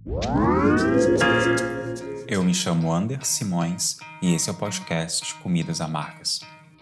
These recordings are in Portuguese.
Eu me chamo Ander Simões e esse é o podcast Comidas Amargas.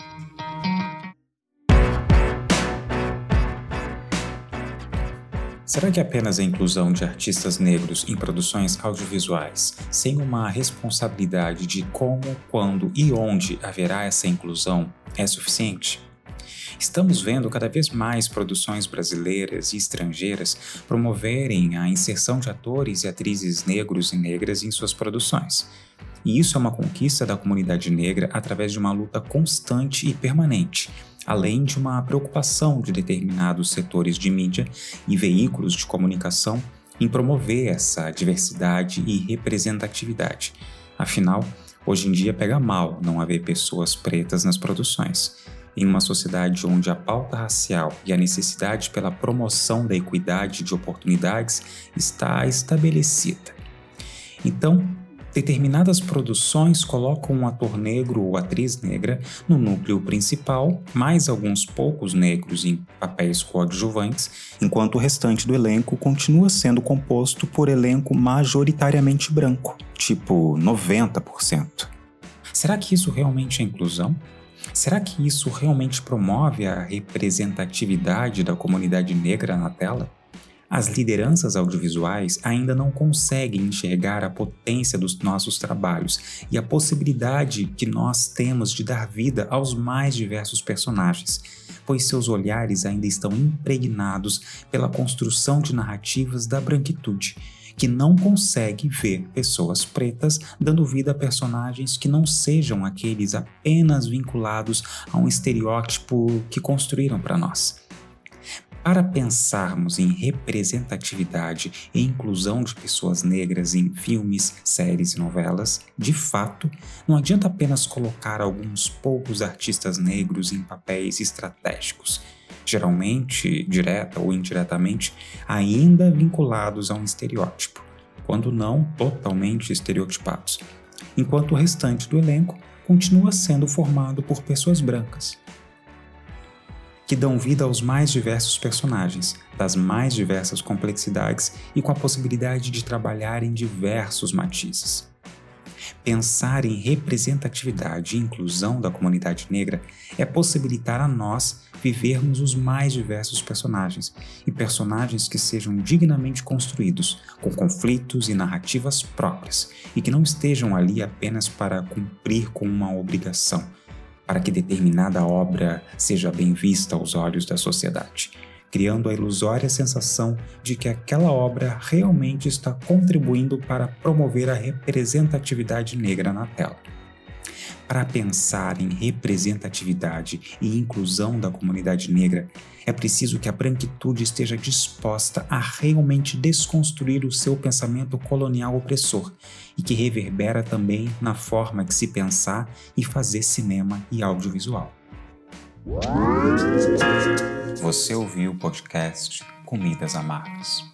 Será que apenas a inclusão de artistas negros em produções audiovisuais, sem uma responsabilidade de como, quando e onde haverá essa inclusão, é suficiente? Estamos vendo cada vez mais produções brasileiras e estrangeiras promoverem a inserção de atores e atrizes negros e negras em suas produções. E isso é uma conquista da comunidade negra através de uma luta constante e permanente, além de uma preocupação de determinados setores de mídia e veículos de comunicação em promover essa diversidade e representatividade. Afinal, hoje em dia pega mal não haver pessoas pretas nas produções. Em uma sociedade onde a pauta racial e a necessidade pela promoção da equidade de oportunidades está estabelecida. Então, determinadas produções colocam um ator negro ou atriz negra no núcleo principal, mais alguns poucos negros em papéis coadjuvantes, enquanto o restante do elenco continua sendo composto por elenco majoritariamente branco, tipo 90%. Será que isso realmente é inclusão? Será que isso realmente promove a representatividade da comunidade negra na tela? As lideranças audiovisuais ainda não conseguem enxergar a potência dos nossos trabalhos e a possibilidade que nós temos de dar vida aos mais diversos personagens, pois seus olhares ainda estão impregnados pela construção de narrativas da branquitude, que não consegue ver pessoas pretas dando vida a personagens que não sejam aqueles apenas vinculados a um estereótipo que construíram para nós. Para pensarmos em representatividade e inclusão de pessoas negras em filmes, séries e novelas, de fato, não adianta apenas colocar alguns poucos artistas negros em papéis estratégicos, geralmente, direta ou indiretamente, ainda vinculados a um estereótipo, quando não totalmente estereotipados, enquanto o restante do elenco continua sendo formado por pessoas brancas, que dão vida aos mais diversos personagens, das mais diversas complexidades e com a possibilidade de trabalhar em diversos matizes. Pensar em representatividade e inclusão da comunidade negra é possibilitar a nós vivermos os mais diversos personagens, e personagens que sejam dignamente construídos, com conflitos e narrativas próprias, e que não estejam ali apenas para cumprir com uma obrigação, para que determinada obra seja bem vista aos olhos da sociedade, criando a ilusória sensação de que aquela obra realmente está contribuindo para promover a representatividade negra na tela. Para pensar em representatividade e inclusão da comunidade negra, é preciso que a branquitude esteja disposta a realmente desconstruir o seu pensamento colonial opressor e que reverbera também na forma de se pensar e fazer cinema e audiovisual. Você ouviu o podcast Comidas Amargas.